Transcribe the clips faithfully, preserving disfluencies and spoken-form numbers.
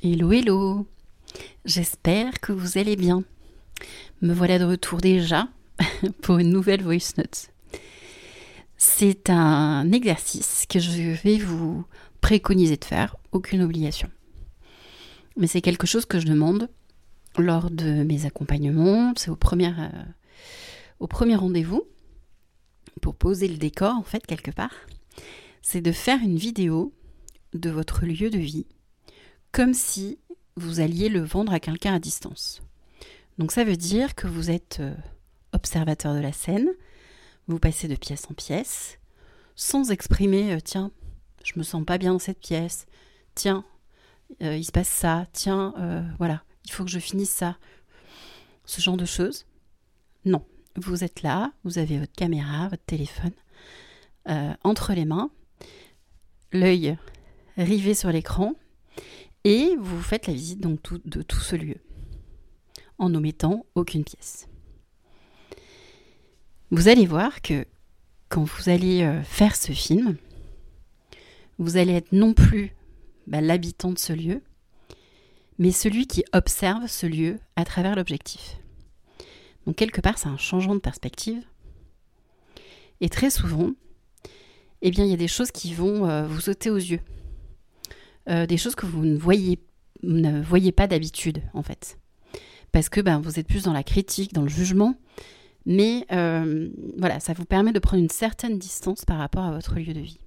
Hello, hello. J'espère que vous allez bien. Me voilà de retour déjà pour une nouvelle voice note. C'est un exercice que je vais vous préconiser de faire, aucune obligation. Mais c'est quelque chose que je demande lors de mes accompagnements, c'est au premier, euh, au premier rendez-vous, pour poser le décor en fait quelque part. C'est de faire une vidéo de votre lieu de vie, comme si vous alliez le vendre à quelqu'un à distance. Donc ça veut dire que vous êtes euh, observateur de la scène, vous passez de pièce en pièce, sans exprimer euh, « tiens, je me sens pas bien dans cette pièce, tiens, euh, il se passe ça, tiens, euh, voilà, il faut que je finisse ça », ce genre de choses. Non, vous êtes là, vous avez votre caméra, votre téléphone euh, entre les mains, l'œil rivé sur l'écran, et vous faites la visite donc, tout, de tout ce lieu, en n'omettant aucune pièce. Vous allez voir que quand vous allez euh, faire ce film, vous allez être non plus bah, l'habitant de ce lieu, mais celui qui observe ce lieu à travers l'objectif. Donc quelque part, c'est un changement de perspective. Et très souvent, eh bien, il y a des choses qui vont euh, vous sauter aux yeux. Euh, des choses que vous ne voyez, ne voyez pas d'habitude, en fait. Parce que ben, vous êtes plus dans la critique, dans le jugement. Mais euh, voilà, ça vous permet de prendre une certaine distance par rapport à votre lieu de vie.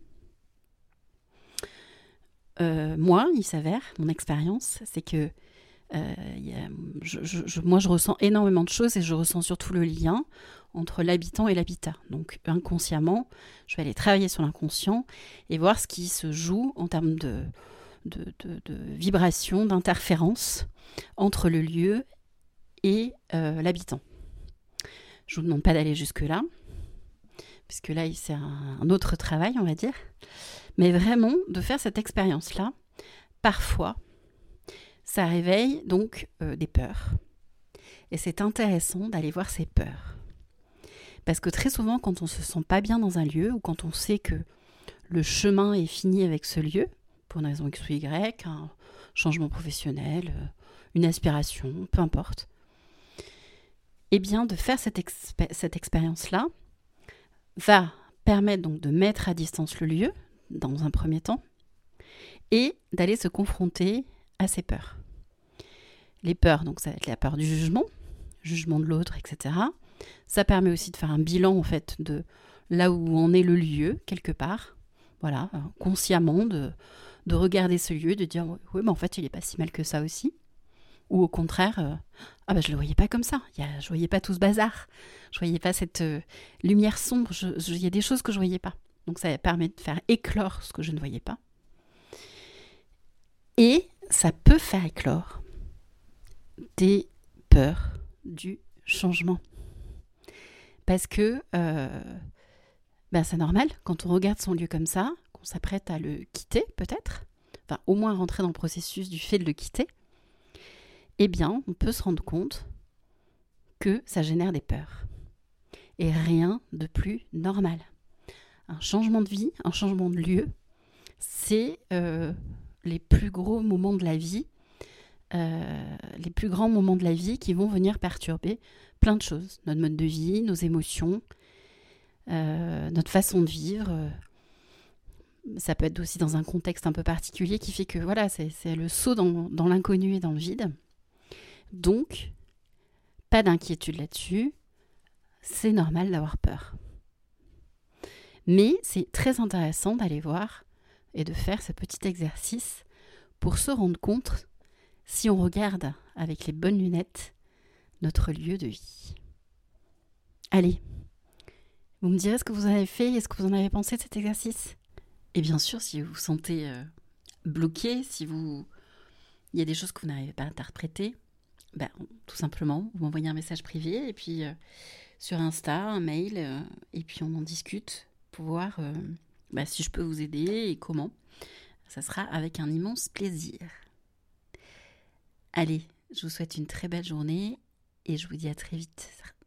Euh, moi, il s'avère, mon expérience, c'est que euh, y a, je, je, moi, je ressens énormément de choses et je ressens surtout le lien entre l'habitant et l'habitat. Donc, inconsciemment, je vais aller travailler sur l'inconscient et voir ce qui se joue en termes de, de, de, de vibrations, d'interférences entre le lieu et euh, l'habitant. Je ne vous demande pas d'aller jusque-là, puisque là, c'est un, un autre travail, on va dire. Mais vraiment, de faire cette expérience-là, parfois, ça réveille donc euh, des peurs. Et c'est intéressant d'aller voir ces peurs. Parce que très souvent, quand on ne se sent pas bien dans un lieu, ou quand on sait que le chemin est fini avec ce lieu, pour une raison X ou Y, un changement professionnel, une aspiration, peu importe, eh bien, de faire cette, expé- cette expérience-là va permettre donc de mettre à distance le lieu, dans un premier temps, et d'aller se confronter à ses peurs. Les peurs, donc ça va être la peur du jugement, jugement de l'autre, et cetera. Ça permet aussi de faire un bilan, en fait, de là où en est le lieu, quelque part. Voilà, consciemment, de, de regarder ce lieu, de dire « oui, mais en fait, il n'est pas si mal que ça aussi ». Ou au contraire, euh, ah bah, je ne le voyais pas comme ça, y a, je ne voyais pas tout ce bazar, je ne voyais pas cette euh, lumière sombre, il y a des choses que je ne voyais pas. Donc ça permet de faire éclore ce que je ne voyais pas. Et ça peut faire éclore des peurs du changement. Parce que euh, ben c'est normal, quand on regarde son lieu comme ça, qu'on s'apprête à le quitter peut-être, enfin au moins rentrer dans le processus du fait de le quitter, eh bien, on peut se rendre compte que ça génère des peurs. Et rien de plus normal. Un changement de vie, un changement de lieu, c'est euh, les plus gros moments de la vie, euh, les plus grands moments de la vie qui vont venir perturber plein de choses. Notre mode de vie, nos émotions, euh, notre façon de vivre. Euh, ça peut être aussi dans un contexte un peu particulier qui fait que voilà, c'est, c'est le saut dans, dans l'inconnu et dans le vide. Donc, pas d'inquiétude là-dessus, c'est normal d'avoir peur. Mais c'est très intéressant d'aller voir et de faire ce petit exercice pour se rendre compte, si on regarde avec les bonnes lunettes, notre lieu de vie. Allez, vous me direz ce que vous en avez fait et ce que vous en avez pensé de cet exercice. Et bien sûr, si vous vous sentez euh, bloqué, si vous... il y a des choses que vous n'arrivez pas à interpréter, ben, tout simplement, vous m'envoyez un message privé et puis euh, sur Insta, un mail, euh, et puis on en discute pour voir euh, ben, si je peux vous aider et comment. Ça sera avec un immense plaisir. Allez, je vous souhaite une très belle journée et je vous dis à très vite.